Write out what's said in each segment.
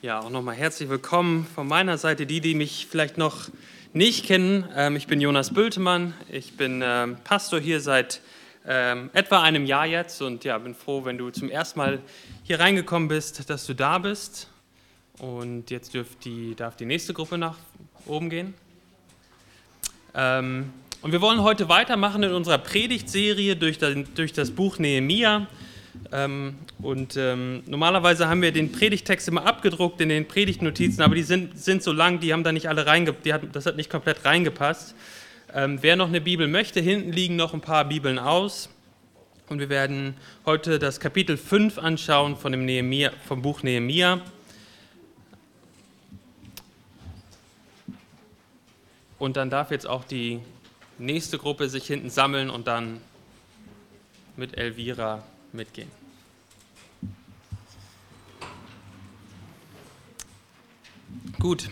Ja, auch nochmal herzlich willkommen von meiner Seite, die mich vielleicht noch nicht kennen. Ich bin Jonas Bültemann, ich bin Pastor hier seit etwa einem Jahr jetzt und ja, bin froh, wenn du zum ersten Mal hier reingekommen bist, dass du da bist. Und jetzt darf die nächste Gruppe nach oben gehen. Und wir wollen heute weitermachen in unserer Predigtserie durch das Buch Nehemia. Normalerweise haben wir den Predigttext immer abgedruckt in den Predigtnotizen, aber die sind so lang, die haben da nicht alle das hat nicht komplett reingepasst. Wer noch eine Bibel möchte, hinten liegen noch ein paar Bibeln aus und wir werden heute das Kapitel 5 anschauen vom Buch Nehemia. Und dann darf jetzt auch die nächste Gruppe sich hinten sammeln und dann mit Elvira mitgehen. Gut.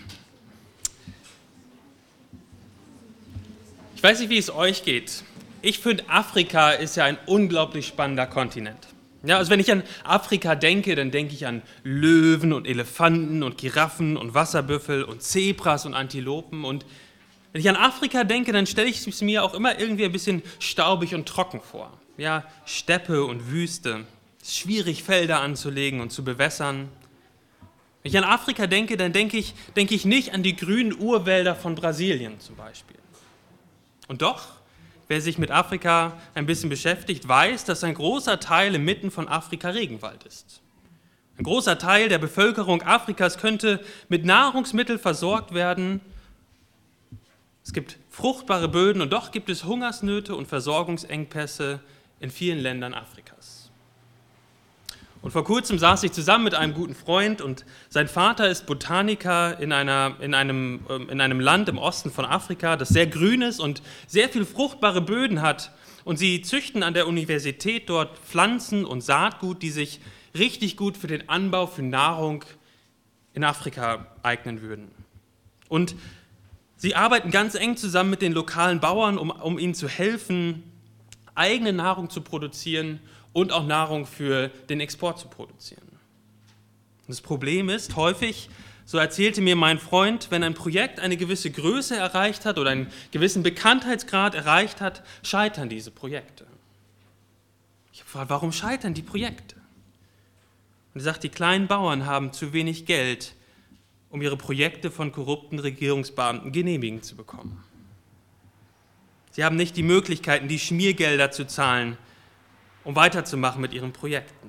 Ich weiß nicht, wie es euch geht. Ich finde, Afrika ist ja ein unglaublich spannender Kontinent. Ja, also wenn ich an Afrika denke, dann denke ich an Löwen und Elefanten und Giraffen und Wasserbüffel und Zebras und Antilopen. Und wenn ich an Afrika denke, dann stelle ich es mir auch immer irgendwie ein bisschen staubig und trocken vor. Ja, Steppe und Wüste. Es ist schwierig, Felder anzulegen und zu bewässern. Wenn ich an Afrika denke, dann denke ich nicht an die grünen Urwälder von Brasilien zum Beispiel. Und doch, wer sich mit Afrika ein bisschen beschäftigt, weiß, dass ein großer Teil inmitten von Afrika Regenwald ist. Ein großer Teil der Bevölkerung Afrikas könnte mit Nahrungsmitteln versorgt werden. Es gibt fruchtbare Böden und doch gibt es Hungersnöte und Versorgungsengpässe in vielen Ländern Afrikas. Und vor kurzem saß ich zusammen mit einem guten Freund und sein Vater ist Botaniker in einem Land im Osten von Afrika, das sehr grün ist und sehr viel fruchtbare Böden hat. Und sie züchten an der Universität dort Pflanzen und Saatgut, die sich richtig gut für den Anbau für Nahrung in Afrika eignen würden. Und sie arbeiten ganz eng zusammen mit den lokalen Bauern, um ihnen zu helfen, eigene Nahrung zu produzieren und auch Nahrung für den Export zu produzieren. Und das Problem ist häufig, so erzählte mir mein Freund, wenn ein Projekt eine gewisse Größe erreicht hat oder einen gewissen Bekanntheitsgrad erreicht hat, scheitern diese Projekte. Ich habe gefragt, warum scheitern die Projekte? Und er sagt, die kleinen Bauern haben zu wenig Geld, um ihre Projekte von korrupten Regierungsbeamten genehmigen zu bekommen. Sie haben nicht die Möglichkeiten, die Schmiergelder zu zahlen, um weiterzumachen mit ihren Projekten.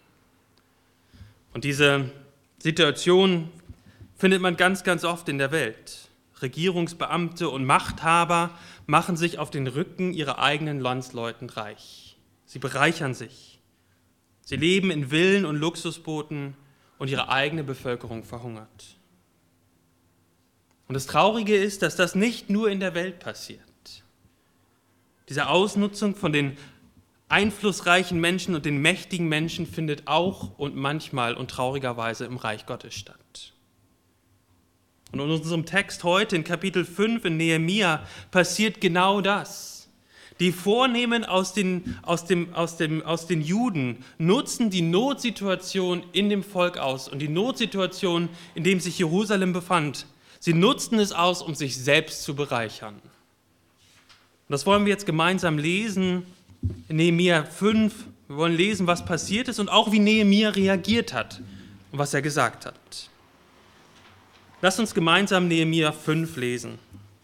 Und diese Situation findet man ganz, ganz oft in der Welt. Regierungsbeamte und Machthaber machen sich auf den Rücken ihrer eigenen Landsleuten reich. Sie bereichern sich. Sie leben in Villen und Luxusbooten und ihre eigene Bevölkerung verhungert. Und das Traurige ist, dass das nicht nur in der Welt passiert. Diese Ausnutzung von den einflussreichen Menschen und den mächtigen Menschen findet auch und manchmal und traurigerweise im Reich Gottes statt. Und in unserem Text heute in Kapitel 5 in Nehemia passiert genau das. Die Vornehmen aus den Juden nutzen die Notsituation in dem Volk aus und die Notsituation, in dem sich Jerusalem befand. Sie nutzten es aus, um sich selbst zu bereichern. Und das wollen wir jetzt gemeinsam lesen in Nehemia 5. Wir wollen lesen, was passiert ist und auch wie Nehemia reagiert hat und was er gesagt hat. Lasst uns gemeinsam Nehemia 5 lesen.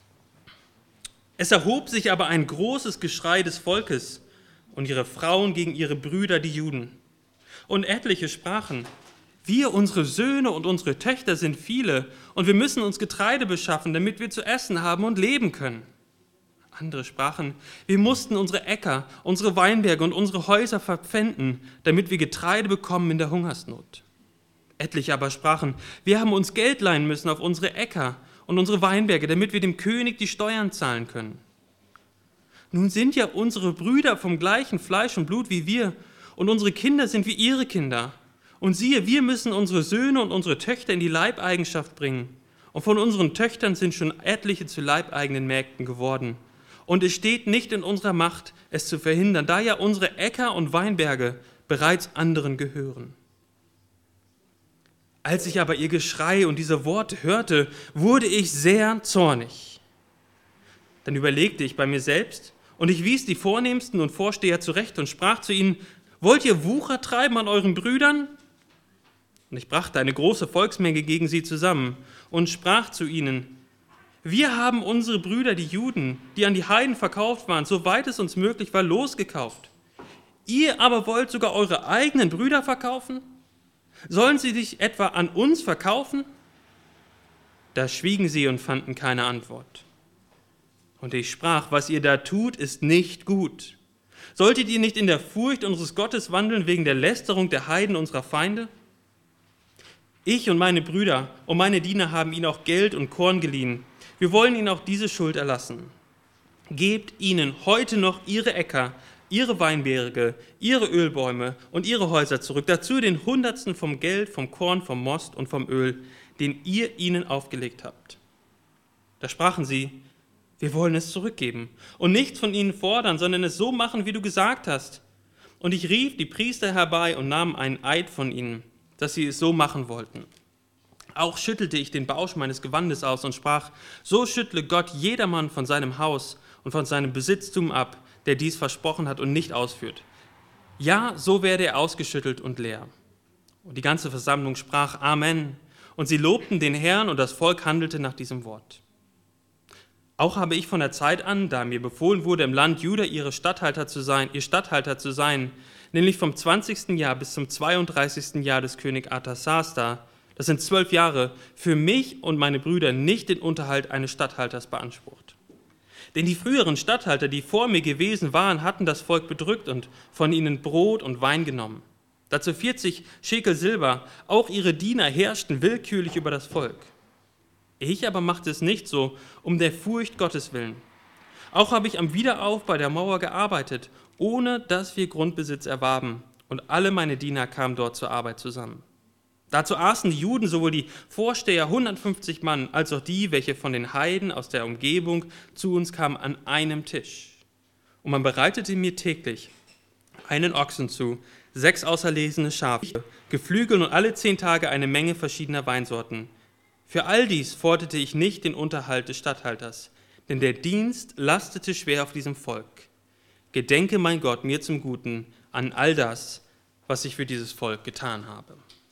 Es erhob sich aber ein großes Geschrei des Volkes und ihre Frauen gegen ihre Brüder, die Juden. Und etliche sprachen, wir, unsere Söhne und unsere Töchter sind viele und wir müssen uns Getreide beschaffen, damit wir zu essen haben und leben können. Andere sprachen, wir mussten unsere Äcker, unsere Weinberge und unsere Häuser verpfänden, damit wir Getreide bekommen in der Hungersnot. Etliche aber sprachen, wir haben uns Geld leihen müssen auf unsere Äcker und unsere Weinberge, damit wir dem König die Steuern zahlen können. Nun sind ja unsere Brüder vom gleichen Fleisch und Blut wie wir und unsere Kinder sind wie ihre Kinder. Und siehe, wir müssen unsere Söhne und unsere Töchter in die Leibeigenschaft bringen. Und von unseren Töchtern sind schon etliche zu leibeigenen Mägden geworden. Und es steht nicht in unserer Macht, es zu verhindern, da ja unsere Äcker und Weinberge bereits anderen gehören. Als ich aber ihr Geschrei und diese Worte hörte, wurde ich sehr zornig. Dann überlegte ich bei mir selbst und ich wies die Vornehmsten und Vorsteher zurecht und sprach zu ihnen: Wollt ihr Wucher treiben an euren Brüdern? Und ich brachte eine große Volksmenge gegen sie zusammen und sprach zu ihnen: Wir haben unsere Brüder, die Juden, die an die Heiden verkauft waren, soweit es uns möglich war, losgekauft. Ihr aber wollt sogar eure eigenen Brüder verkaufen? Sollen sie sich etwa an uns verkaufen? Da schwiegen sie und fanden keine Antwort. Und ich sprach: Was ihr da tut, ist nicht gut. Solltet ihr nicht in der Furcht unseres Gottes wandeln wegen der Lästerung der Heiden, unserer Feinde? Ich und meine Brüder und meine Diener haben ihnen auch Geld und Korn geliehen. Wir wollen ihnen auch diese Schuld erlassen. Gebt ihnen heute noch ihre Äcker, ihre Weinberge, ihre Ölbäume und ihre Häuser zurück, dazu den Hundertsten vom Geld, vom Korn, vom Most und vom Öl, den ihr ihnen aufgelegt habt. Da sprachen sie: Wir wollen es zurückgeben und nichts von ihnen fordern, sondern es so machen, wie du gesagt hast. Und ich rief die Priester herbei und nahm einen Eid von ihnen, dass sie es so machen wollten. Auch schüttelte ich den Bausch meines Gewandes aus und sprach: So schüttle Gott jedermann von seinem Haus und von seinem Besitztum ab, der dies versprochen hat und nicht ausführt. Ja, so werde er ausgeschüttelt und leer. Und die ganze Versammlung sprach Amen. Und sie lobten den Herrn, und das Volk handelte nach diesem Wort. Auch habe ich von der Zeit an, da mir befohlen wurde, im Land Juda ihr Statthalter zu sein, nämlich vom 20. Jahr bis zum 32. Jahr des König Artasasta, das sind 12 Jahre, für mich und meine Brüder nicht den Unterhalt eines Statthalters beansprucht. Denn die früheren Statthalter, die vor mir gewesen waren, hatten das Volk bedrückt und von ihnen Brot und Wein genommen. Dazu 40 Schekel Silber, auch ihre Diener herrschten willkürlich über das Volk. Ich aber machte es nicht so, um der Furcht Gottes willen. Auch habe ich am Wiederaufbau der Mauer gearbeitet, ohne dass wir Grundbesitz erwarben, und alle meine Diener kamen dort zur Arbeit zusammen. Dazu aßen die Juden, sowohl die Vorsteher 150 Mann, als auch die, welche von den Heiden aus der Umgebung zu uns kamen, an einem Tisch. Und man bereitete mir täglich einen Ochsen zu, 6 auserlesene Schafe, Geflügel und alle 10 Tage eine Menge verschiedener Weinsorten. Für all dies forderte ich nicht den Unterhalt des Statthalters, denn der Dienst lastete schwer auf diesem Volk. Gedenke, mein Gott, mir zum Guten an all das, was ich für dieses Volk getan habe.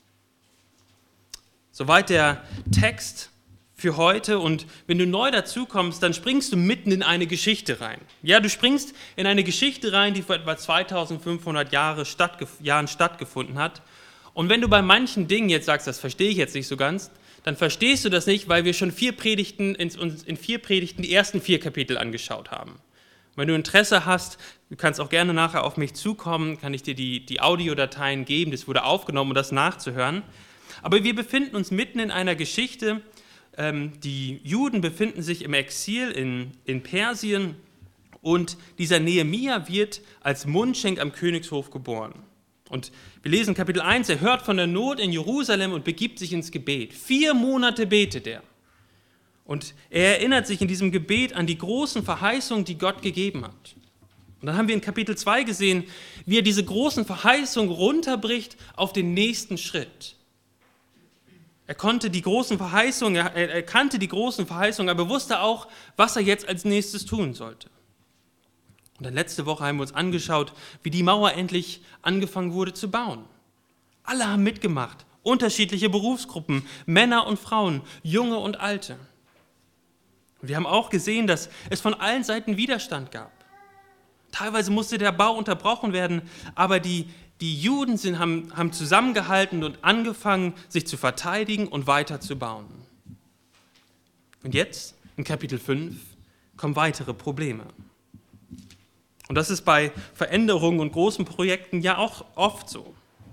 Soweit der Text für heute, und wenn du neu dazukommst, dann springst du mitten in eine Geschichte rein. Ja, du springst in eine Geschichte rein, die vor etwa 2500 Jahren stattgefunden hat. Und wenn du bei manchen Dingen jetzt sagst, das verstehe ich jetzt nicht so ganz, dann verstehst du das nicht, weil wir schon in 4 Predigten die ersten 4 Kapitel angeschaut haben. Wenn du Interesse hast, du kannst auch gerne nachher auf mich zukommen, kann ich dir die Audiodateien geben, das wurde aufgenommen, um das nachzuhören. Aber wir befinden uns mitten in einer Geschichte. Die Juden befinden sich im Exil in Persien und dieser Nehemia wird als Mundschenk am Königshof geboren. Und wir lesen Kapitel 1, er hört von der Not in Jerusalem und begibt sich ins Gebet. 4 Monate betet er. Und er erinnert sich in diesem Gebet an die großen Verheißungen, die Gott gegeben hat. Und dann haben wir in Kapitel 2 gesehen, wie er diese großen Verheißungen runterbricht auf den nächsten Schritt. Er kannte die großen Verheißungen, aber wusste auch, was er jetzt als nächstes tun sollte. Und dann letzte Woche haben wir uns angeschaut, wie die Mauer endlich angefangen wurde zu bauen. Alle haben mitgemacht, unterschiedliche Berufsgruppen, Männer und Frauen, Junge und Alte. Und wir haben auch gesehen, dass es von allen Seiten Widerstand gab. Teilweise musste der Bau unterbrochen werden, aber die Juden haben zusammengehalten und angefangen, sich zu verteidigen und weiter zu bauen. Und jetzt, in Kapitel 5, kommen weitere Probleme. Und das ist bei Veränderungen und großen Projekten ja auch oft so.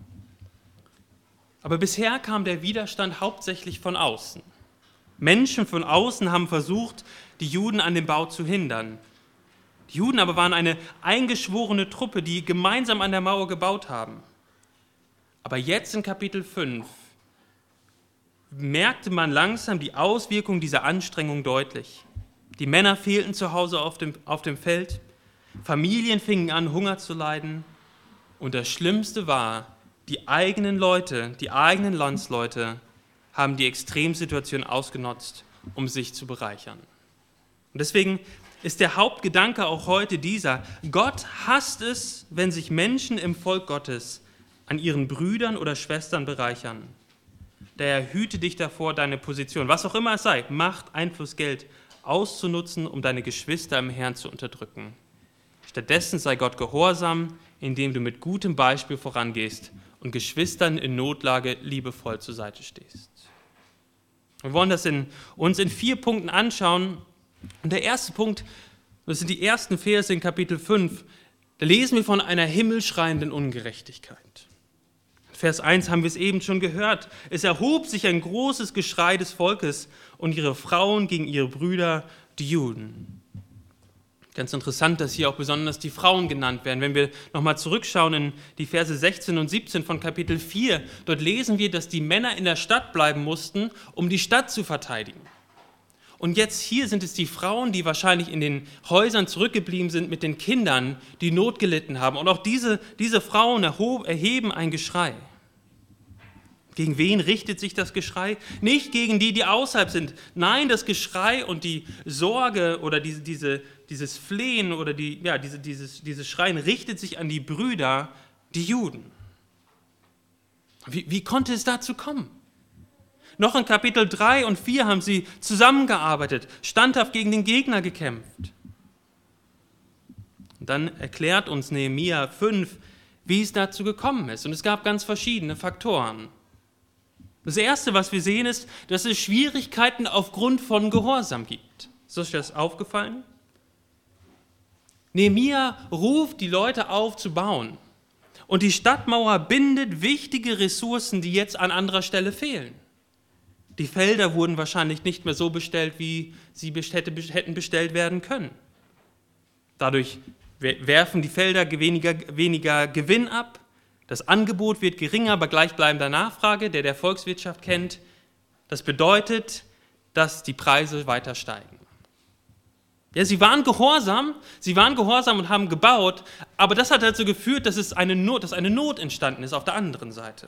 Aber bisher kam der Widerstand hauptsächlich von außen. Menschen von außen haben versucht, die Juden an dem Bau zu hindern. Die Juden aber waren eine eingeschworene Truppe, die gemeinsam an der Mauer gebaut haben. Aber jetzt in Kapitel 5 merkte man langsam die Auswirkungen dieser Anstrengung deutlich. Die Männer fehlten zu Hause auf dem Feld, Familien fingen an, Hunger zu leiden. Und das Schlimmste war, die eigenen Leute, die eigenen Landsleute haben die Extremsituation ausgenutzt, um sich zu bereichern. Und deswegen ist der Hauptgedanke auch heute dieser: Gott hasst es, wenn sich Menschen im Volk Gottes an ihren Brüdern oder Schwestern bereichern. Daher hüte dich davor, deine Position, was auch immer es sei, Macht, Einfluss, Geld, auszunutzen, um deine Geschwister im Herrn zu unterdrücken. Stattdessen sei Gott gehorsam, indem du mit gutem Beispiel vorangehst und Geschwistern in Notlage liebevoll zur Seite stehst. Wir wollen das uns in 4 Punkten anschauen. Und der erste Punkt, das sind die ersten Verse in Kapitel 5, da lesen wir von einer himmelschreienden Ungerechtigkeit. In Vers 1 haben wir es eben schon gehört. Es erhob sich ein großes Geschrei des Volkes und ihre Frauen gegen ihre Brüder, die Juden. Ganz interessant, dass hier auch besonders die Frauen genannt werden. Wenn wir nochmal zurückschauen in die Verse 16 und 17 von Kapitel 4, dort lesen wir, dass die Männer in der Stadt bleiben mussten, um die Stadt zu verteidigen. Und jetzt hier sind es die Frauen, die wahrscheinlich in den Häusern zurückgeblieben sind mit den Kindern, die Not gelitten haben. Und auch diese Frauen erheben ein Geschrei. Gegen wen richtet sich das Geschrei? Nicht gegen die, die außerhalb sind. Nein, das Geschrei und die Sorge oder dieses Flehen oder dieses Schreien richtet sich an die Brüder, die Juden. Wie konnte es dazu kommen? Noch in Kapitel 3 und 4 haben sie zusammengearbeitet, standhaft gegen den Gegner gekämpft. Und dann erklärt uns Nehemia 5, wie es dazu gekommen ist. Und es gab ganz verschiedene Faktoren. Das Erste, was wir sehen, ist, dass es Schwierigkeiten aufgrund von Gehorsam gibt. Ist euch das aufgefallen? Nehemia ruft die Leute auf, zu bauen. Und die Stadtmauer bindet wichtige Ressourcen, die jetzt an anderer Stelle fehlen. Die Felder wurden wahrscheinlich nicht mehr so bestellt, wie sie hätten bestellt werden können. Dadurch werfen die Felder weniger Gewinn ab. Das Angebot wird geringer bei gleichbleibender Nachfrage, der Volkswirtschaft kennt. Das bedeutet, dass die Preise weiter steigen. Ja, sie waren gehorsam und haben gebaut, aber das hat dazu geführt, dass eine Not entstanden ist auf der anderen Seite.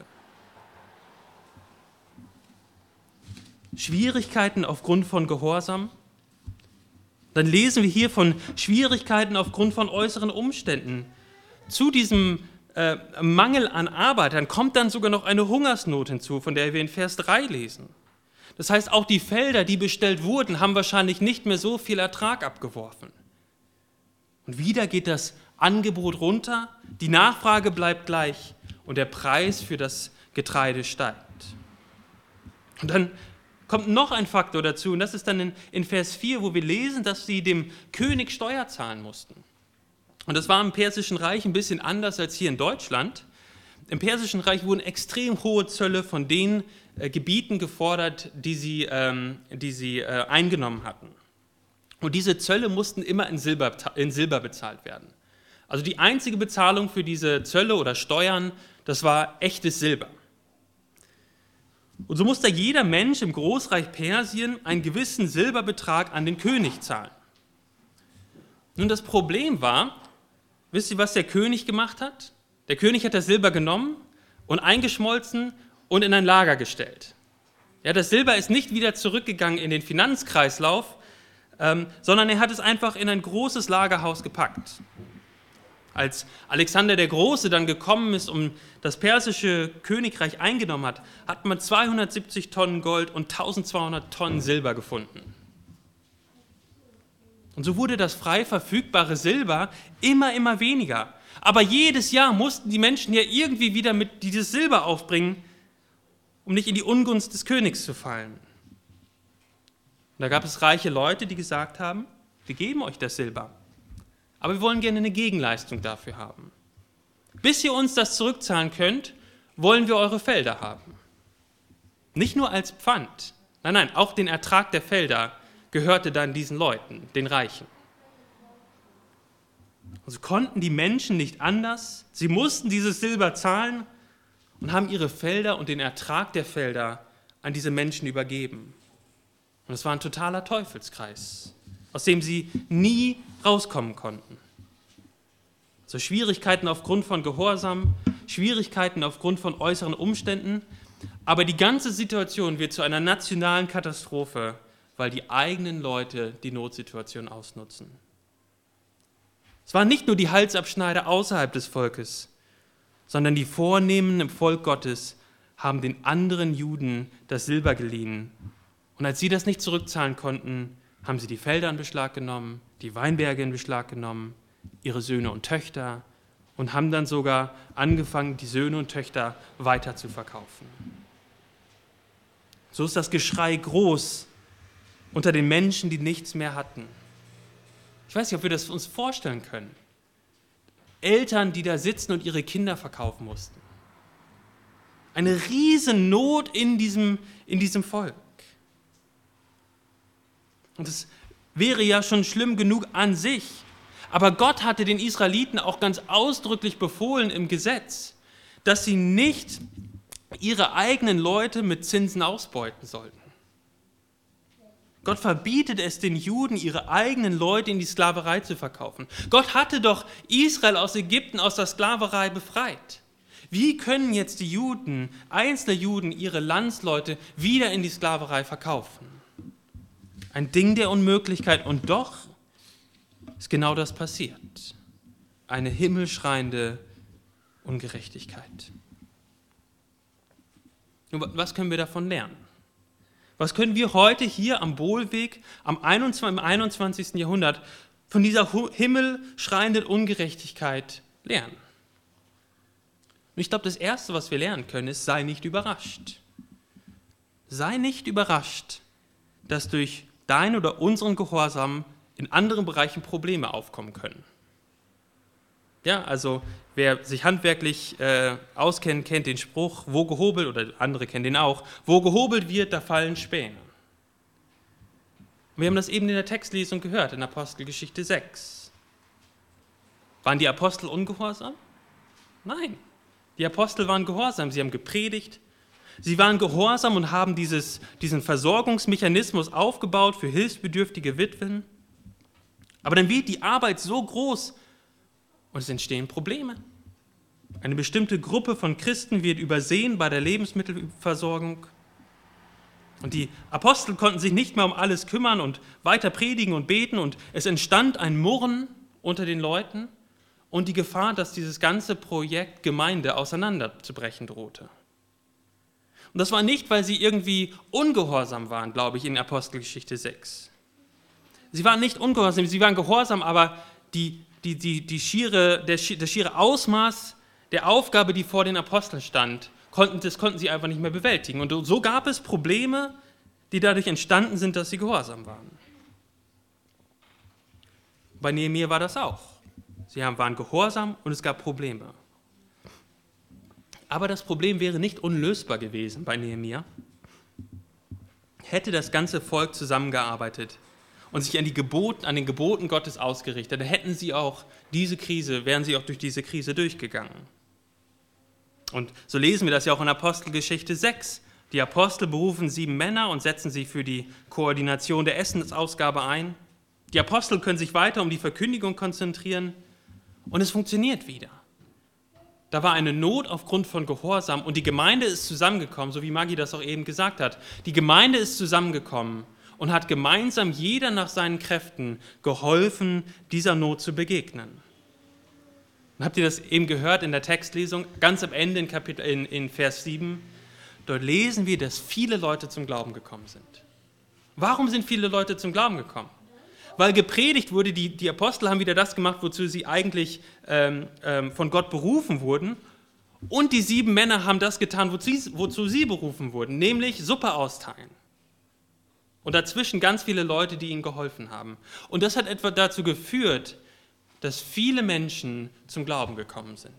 Schwierigkeiten aufgrund von Gehorsam. Dann lesen wir hier von Schwierigkeiten aufgrund von äußeren Umständen. Zu diesem Mangel an Arbeitern kommt dann sogar noch eine Hungersnot hinzu, von der wir in Vers 3 lesen. Das heißt, auch die Felder, die bestellt wurden, haben wahrscheinlich nicht mehr so viel Ertrag abgeworfen. Und wieder geht das Angebot runter, die Nachfrage bleibt gleich und der Preis für das Getreide steigt. Und dann kommt noch ein Faktor dazu, und das ist dann in Vers 4, wo wir lesen, dass sie dem König Steuer zahlen mussten. Und das war im Persischen Reich ein bisschen anders als hier in Deutschland. Im Persischen Reich wurden extrem hohe Zölle von den Gebieten gefordert, die sie eingenommen hatten. Und diese Zölle mussten immer in Silber bezahlt werden. Also die einzige Bezahlung für diese Zölle oder Steuern, das war echtes Silber. Und so musste jeder Mensch im Großreich Persien einen gewissen Silberbetrag an den König zahlen. Nun, das Problem war, wisst ihr, was der König gemacht hat? Der König hat das Silber genommen und eingeschmolzen und in ein Lager gestellt. Ja, das Silber ist nicht wieder zurückgegangen in den Finanzkreislauf, sondern er hat es einfach in ein großes Lagerhaus gepackt. Als Alexander der Große dann gekommen ist und das persische Königreich eingenommen hat, hat man 270 Tonnen Gold und 1200 Tonnen Silber gefunden. Und so wurde das frei verfügbare Silber immer weniger. Aber jedes Jahr mussten die Menschen ja irgendwie wieder mit dieses Silber aufbringen, um nicht in die Ungunst des Königs zu fallen. Und da gab es reiche Leute, die gesagt haben, wir geben euch das Silber, aber wir wollen gerne eine Gegenleistung dafür haben. Bis ihr uns das zurückzahlen könnt, wollen wir eure Felder haben. Nicht nur als Pfand, nein, auch den Ertrag der Felder gehörte dann diesen Leuten, den Reichen. Also konnten die Menschen nicht anders, sie mussten dieses Silber zahlen und haben ihre Felder und den Ertrag der Felder an diese Menschen übergeben. Und es war ein totaler Teufelskreis, aus dem sie nie rauskommen konnten. So Schwierigkeiten aufgrund von Gehorsam, Schwierigkeiten aufgrund von äußeren Umständen. Aber die ganze Situation wird zu einer nationalen Katastrophe, weil die eigenen Leute die Notsituation ausnutzen. Es waren nicht nur die Halsabschneider außerhalb des Volkes, sondern die Vornehmen im Volk Gottes haben den anderen Juden das Silber geliehen. Und als sie das nicht zurückzahlen konnten, haben sie die Felder in Beschlag genommen, die Weinberge in Beschlag genommen, ihre Söhne und Töchter und haben dann sogar angefangen, die Söhne und Töchter weiter zu verkaufen. So ist das Geschrei groß unter den Menschen, die nichts mehr hatten. Ich weiß nicht, ob wir das uns vorstellen können. Eltern, die da sitzen und ihre Kinder verkaufen mussten. Eine riesen Not in diesem Volk. Und es wäre ja schon schlimm genug an sich. Aber Gott hatte den Israeliten auch ganz ausdrücklich befohlen im Gesetz, dass sie nicht ihre eigenen Leute mit Zinsen ausbeuten sollten. Gott verbietet es den Juden, ihre eigenen Leute in die Sklaverei zu verkaufen. Gott hatte doch Israel aus Ägypten, aus der Sklaverei befreit. Wie können jetzt die Juden, einzelne Juden, ihre Landsleute wieder in die Sklaverei verkaufen? Ein Ding der Unmöglichkeit, und doch ist genau das passiert. Eine himmelschreiende Ungerechtigkeit. Und was können wir davon lernen? Was können wir heute hier am Bohlweg im 21. Jahrhundert von dieser himmelschreienden Ungerechtigkeit lernen? Und ich glaube, das Erste, was wir lernen können, ist, sei nicht überrascht. Sei nicht überrascht, dass durch deinen oder unseren Gehorsam in anderen Bereichen Probleme aufkommen können. Ja, also wer sich handwerklich auskennt, kennt den Spruch, wo gehobelt, oder andere kennen den auch, wo gehobelt wird, da fallen Späne. Wir haben das eben in der Textlesung gehört, in Apostelgeschichte 6. Waren die Apostel ungehorsam? Nein, die Apostel waren gehorsam, sie haben gepredigt, sie waren gehorsam und haben diesen Versorgungsmechanismus aufgebaut für hilfsbedürftige Witwen. Aber dann wird die Arbeit so groß, und es entstehen Probleme. Eine bestimmte Gruppe von Christen wird übersehen bei der Lebensmittelversorgung. Und die Apostel konnten sich nicht mehr um alles kümmern und weiter predigen und beten. Und es entstand ein Murren unter den Leuten und die Gefahr, dass dieses ganze Projekt Gemeinde auseinanderzubrechen drohte. Und das war nicht, weil sie irgendwie ungehorsam waren, glaube ich, in Apostelgeschichte 6. Sie waren nicht ungehorsam, sie waren gehorsam, aber das schiere Ausmaß der Aufgabe, die vor den Aposteln stand, konnten sie einfach nicht mehr bewältigen. Und so gab es Probleme, die dadurch entstanden sind, dass sie gehorsam waren. Bei Nehemia war das auch. Sie waren gehorsam und es gab Probleme. Aber das Problem wäre nicht unlösbar gewesen bei Nehemia. Hätte das ganze Volk zusammengearbeitet und sich an den Geboten Gottes ausgerichtet, dann wären sie auch durch diese Krise durchgegangen. Und so lesen wir das ja auch in Apostelgeschichte 6. Die Apostel berufen 7 Männer und setzen sie für die Koordination der Essensausgabe ein. Die Apostel können sich weiter um die Verkündigung konzentrieren und es funktioniert wieder. Da war eine Not aufgrund von Gehorsam und die Gemeinde ist zusammengekommen, so wie Maggie das auch eben gesagt hat. Die Gemeinde ist zusammengekommen und hat gemeinsam jeder nach seinen Kräften geholfen, dieser Not zu begegnen. Und habt ihr das eben gehört in der Textlesung, ganz am Ende in Vers 7? Dort lesen wir, dass viele Leute zum Glauben gekommen sind. Warum sind viele Leute zum Glauben gekommen? Weil gepredigt wurde, die Apostel haben wieder das gemacht, wozu sie eigentlich von Gott berufen wurden. Und die 7 Männer haben das getan, wozu sie berufen wurden, nämlich Suppe austeilen. Und dazwischen ganz viele Leute, die ihnen geholfen haben. Und das hat etwa dazu geführt, dass viele Menschen zum Glauben gekommen sind.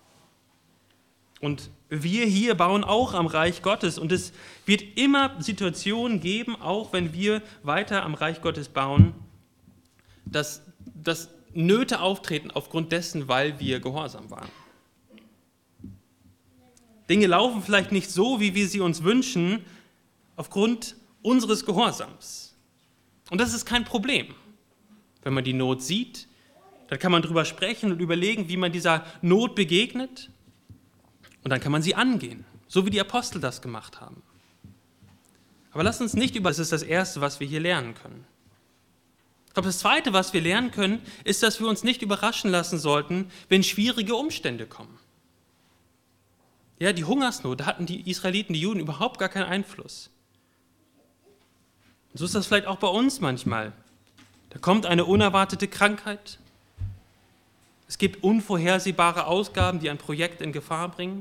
Und wir hier bauen auch am Reich Gottes. Und es wird immer Situationen geben, auch wenn wir weiter am Reich Gottes bauen, dass Nöte auftreten aufgrund dessen, weil wir gehorsam waren. Dinge laufen vielleicht nicht so, wie wir sie uns wünschen, aufgrund unseres Gehorsams. Und das ist kein Problem. Wenn man die Not sieht, dann kann man drüber sprechen und überlegen, wie man dieser Not begegnet. Und dann kann man sie angehen. so wie die Apostel das gemacht haben. Aber lasst uns nicht das ist das Erste, was wir hier lernen können. Ich glaube, das Zweite, was wir lernen können, ist, dass wir uns nicht überraschen lassen sollten, wenn schwierige Umstände kommen. Ja, die Hungersnot, da hatten die Israeliten, die Juden überhaupt gar keinen Einfluss. Und so ist das vielleicht auch bei uns manchmal. Da kommt eine unerwartete Krankheit. Es gibt unvorhersehbare Ausgaben, die ein Projekt in Gefahr bringen.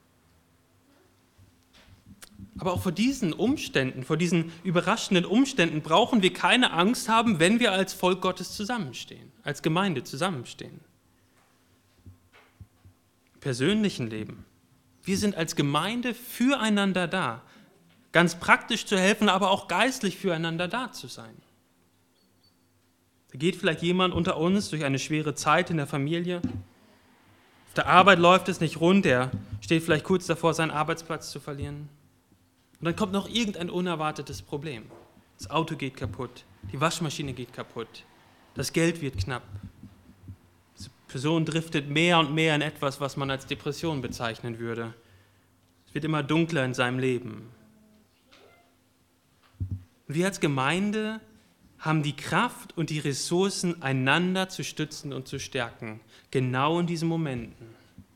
Aber auch vor diesen Umständen, vor diesen überraschenden Umständen brauchen wir keine Angst haben, wenn wir als Volk Gottes zusammenstehen, als Gemeinde zusammenstehen. Im persönlichen Leben. Wir sind als Gemeinde füreinander da, ganz praktisch zu helfen, aber auch geistlich füreinander da zu sein. Da geht vielleicht jemand unter uns durch eine schwere Zeit in der Familie. Auf der Arbeit läuft es nicht rund, er steht vielleicht kurz davor, seinen Arbeitsplatz zu verlieren. Und dann kommt noch irgendein unerwartetes Problem. Das Auto geht kaputt, die Waschmaschine geht kaputt, das Geld wird knapp. Diese Person driftet mehr und mehr in etwas, was man als Depression bezeichnen würde. Es wird immer dunkler in seinem Leben. Und wir als Gemeinde haben die Kraft und die Ressourcen, einander zu stützen und zu stärken, genau in diesen Momenten.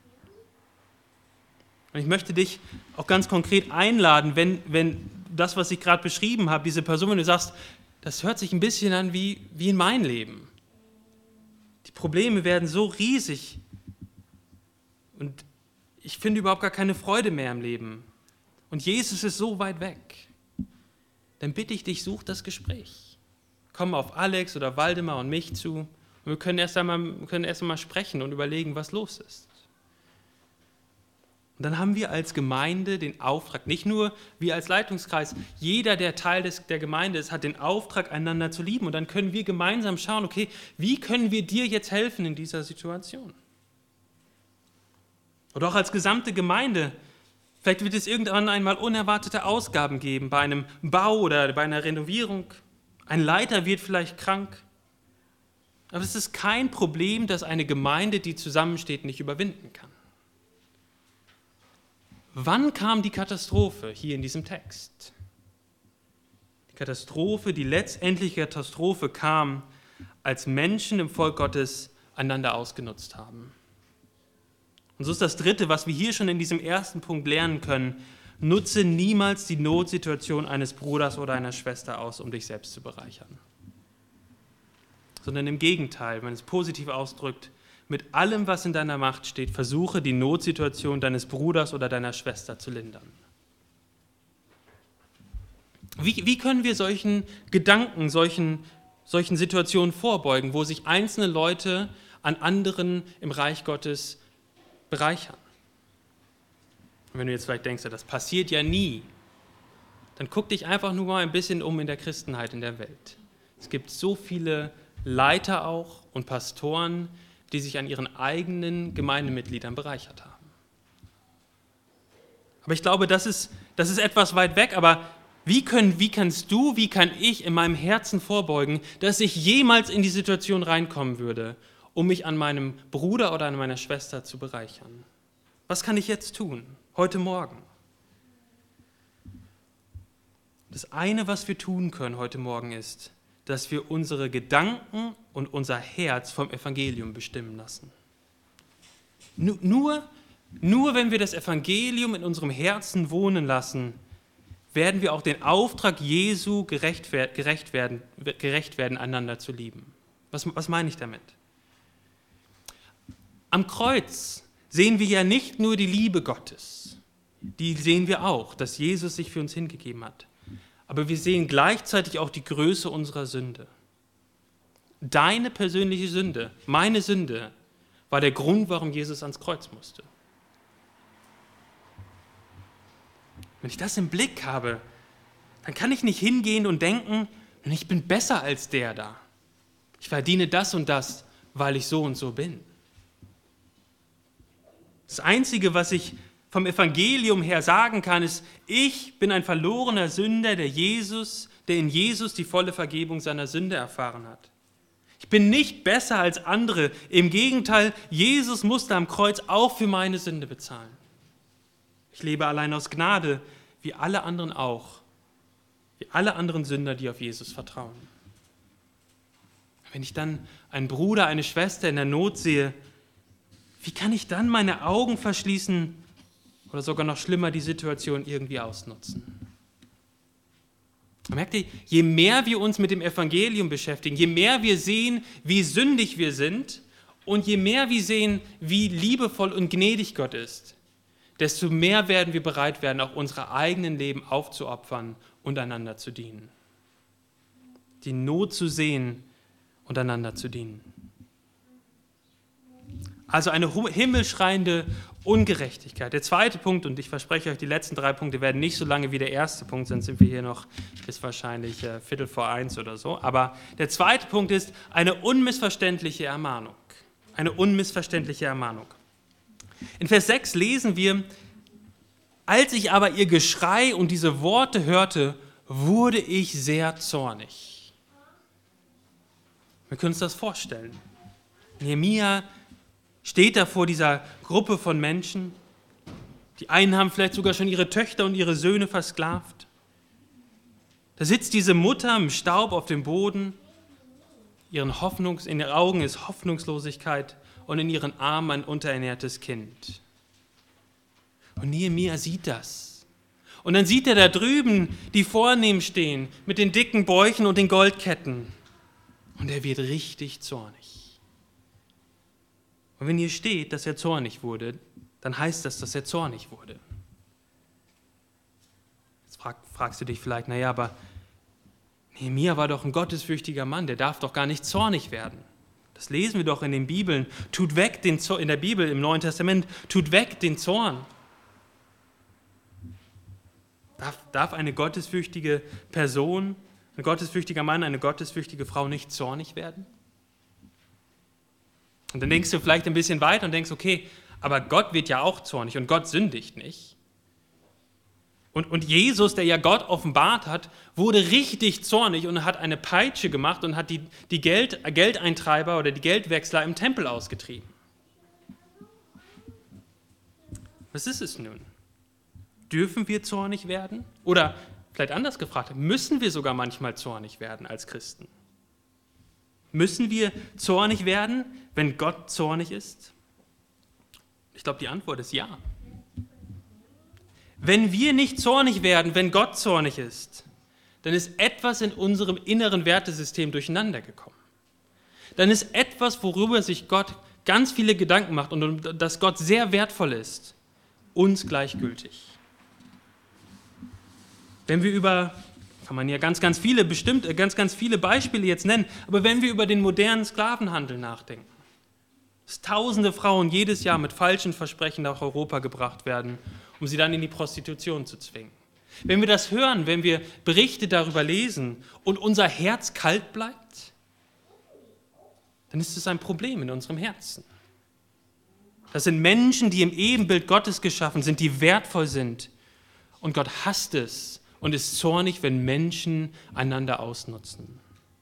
Und ich möchte dich auch ganz konkret einladen, wenn das, was ich gerade beschrieben habe, diese Person, wenn du sagst, das hört sich ein bisschen an wie in mein Leben. Die Probleme werden so riesig und ich finde überhaupt gar keine Freude mehr im Leben. Und Jesus ist so weit weg. Dann bitte ich dich, such das Gespräch. Komm auf Alex oder Waldemar und mich zu und wir können erst einmal sprechen und überlegen, was los ist. Und dann haben wir als Gemeinde den Auftrag, nicht nur wir als Leitungskreis, jeder, der Teil der Gemeinde ist, hat den Auftrag, einander zu lieben. Und dann können wir gemeinsam schauen, okay, wie können wir dir jetzt helfen in dieser Situation? Oder auch als gesamte Gemeinde. Vielleicht wird es irgendwann einmal unerwartete Ausgaben geben bei einem Bau oder bei einer Renovierung. Ein Leiter wird vielleicht krank. Aber es ist kein Problem, das eine Gemeinde, die zusammensteht, nicht überwinden kann. Wann kam die Katastrophe hier in diesem Text? Die letztendliche Katastrophe kam, als Menschen im Volk Gottes einander ausgenutzt haben. Und so ist das Dritte, was wir hier schon in diesem ersten Punkt lernen können: Nutze niemals die Notsituation eines Bruders oder einer Schwester aus, um dich selbst zu bereichern. Sondern im Gegenteil, wenn es positiv ausdrückt, mit allem, was in deiner Macht steht, versuche die Notsituation deines Bruders oder deiner Schwester zu lindern. Wie können wir solchen Gedanken, solchen Situationen vorbeugen, wo sich einzelne Leute an anderen im Reich Gottes bereichern? Und wenn du jetzt vielleicht denkst, das passiert ja nie, dann guck dich einfach nur mal ein bisschen um in der Christenheit in der Welt. Es gibt so viele Leiter auch und Pastoren, die sich an ihren eigenen Gemeindemitgliedern bereichert haben. Aber ich glaube, das ist etwas weit weg, aber wie kann ich in meinem Herzen vorbeugen, dass ich jemals in die Situation reinkommen würde, um mich an meinem Bruder oder an meiner Schwester zu bereichern? Was kann ich jetzt tun, heute Morgen? Das eine, was wir tun können heute Morgen, ist, dass wir unsere Gedanken und unser Herz vom Evangelium bestimmen lassen. Nur wenn wir das Evangelium in unserem Herzen wohnen lassen, werden wir auch den Auftrag Jesu gerecht werden, einander zu lieben. Was meine ich damit? Am Kreuz sehen wir ja nicht nur die Liebe Gottes, die sehen wir auch, dass Jesus sich für uns hingegeben hat. Aber wir sehen gleichzeitig auch die Größe unserer Sünde. Deine persönliche Sünde, meine Sünde, war der Grund, warum Jesus ans Kreuz musste. Wenn ich das im Blick habe, dann kann ich nicht hingehen und denken, ich bin besser als der da. Ich verdiene das und das, weil ich so und so bin. Das Einzige, was ich vom Evangelium her sagen kann, ist, ich bin ein verlorener Sünder, der in Jesus die volle Vergebung seiner Sünde erfahren hat. Ich bin nicht besser als andere. Im Gegenteil, Jesus musste am Kreuz auch für meine Sünde bezahlen. Ich lebe allein aus Gnade, wie alle anderen auch. Wie alle anderen Sünder, die auf Jesus vertrauen. Wenn ich dann einen Bruder, eine Schwester in der Not sehe, wie kann ich dann meine Augen verschließen oder sogar noch schlimmer die Situation irgendwie ausnutzen? Merkt ihr, je mehr wir uns mit dem Evangelium beschäftigen, je mehr wir sehen, wie sündig wir sind und je mehr wir sehen, wie liebevoll und gnädig Gott ist, desto mehr werden wir bereit werden, auch unsere eigenen Leben aufzuopfern und einander zu dienen. Die Not zu sehen und einander zu dienen. Also eine himmelschreiende Ungerechtigkeit. Der zweite Punkt, und ich verspreche euch, die letzten 3 Punkte werden nicht so lange wie der erste Punkt, sonst sind wir hier noch bis wahrscheinlich 1:15 oder so. Aber der zweite Punkt ist eine unmissverständliche Ermahnung. Eine unmissverständliche Ermahnung. In Vers 6 lesen wir, als ich aber ihr Geschrei und diese Worte hörte, wurde ich sehr zornig. Wir können uns das vorstellen. Nehemia steht da vor dieser Gruppe von Menschen. Die einen haben vielleicht sogar schon ihre Töchter und ihre Söhne versklavt. Da sitzt diese Mutter im Staub auf dem Boden. In ihren Augen ist Hoffnungslosigkeit und in ihren Armen ein unterernährtes Kind. Und Nehemia sieht das. Und dann sieht er da drüben die Vornehmen stehen mit den dicken Bäuchen und den Goldketten. Und er wird richtig zornig. Und wenn hier steht, dass er zornig wurde, dann heißt das, dass er zornig wurde. Jetzt fragst du dich vielleicht, naja, aber Nehemia war doch ein gottesfürchtiger Mann, der darf doch gar nicht zornig werden. Das lesen wir doch in den Bibeln. Tut weg den Zorn, in der Bibel im Neuen Testament, tut weg den Zorn. Darf eine gottesfürchtige Person, ein gottesfürchtiger Mann, eine gottesfürchtige Frau nicht zornig werden? Und dann denkst du vielleicht ein bisschen weiter und denkst, okay, aber Gott wird ja auch zornig und Gott sündigt nicht. Und Jesus, der ja Gott offenbart hat, wurde richtig zornig und hat eine Peitsche gemacht und hat die Geldeintreiber oder die Geldwechsler im Tempel ausgetrieben. Was ist es nun? Dürfen wir zornig werden? Oder vielleicht anders gefragt, müssen wir sogar manchmal zornig werden als Christen? Müssen wir zornig werden, wenn Gott zornig ist? Ich glaube, die Antwort ist ja. Wenn wir nicht zornig werden, wenn Gott zornig ist, dann ist etwas in unserem inneren Wertesystem durcheinander gekommen. Dann ist etwas, worüber sich Gott ganz viele Gedanken macht und dass Gott sehr wertvoll ist, uns gleichgültig. Wenn wir kann man ja ganz viele Beispiele jetzt nennen, aber wenn wir über den modernen Sklavenhandel nachdenken, dass tausende Frauen jedes Jahr mit falschen Versprechen nach Europa gebracht werden, um sie dann in die Prostitution zu zwingen. Wenn wir das hören, wenn wir Berichte darüber lesen und unser Herz kalt bleibt, dann ist es ein Problem in unserem Herzen. Das sind Menschen, die im Ebenbild Gottes geschaffen sind, die wertvoll sind. Und Gott hasst es und ist zornig, wenn Menschen einander ausnutzen.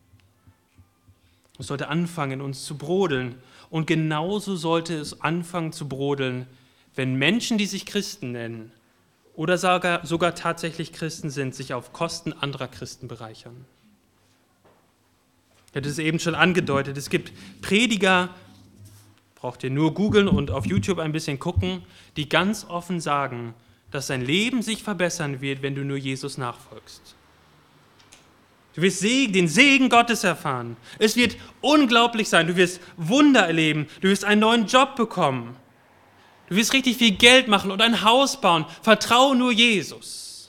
Es sollte anfangen, in uns zu brodeln. Und genauso sollte es anfangen zu brodeln, wenn Menschen, die sich Christen nennen oder sogar tatsächlich Christen sind, sich auf Kosten anderer Christen bereichern. Ich hatte es eben schon angedeutet, es gibt Prediger, braucht ihr nur googeln und auf YouTube ein bisschen gucken, die ganz offen sagen, dass dein Leben sich verbessern wird, wenn du nur Jesus nachfolgst. Du wirst den Segen Gottes erfahren. Es wird unglaublich sein. Du wirst Wunder erleben. Du wirst einen neuen Job bekommen. Du wirst richtig viel Geld machen und ein Haus bauen. Vertraue nur Jesus.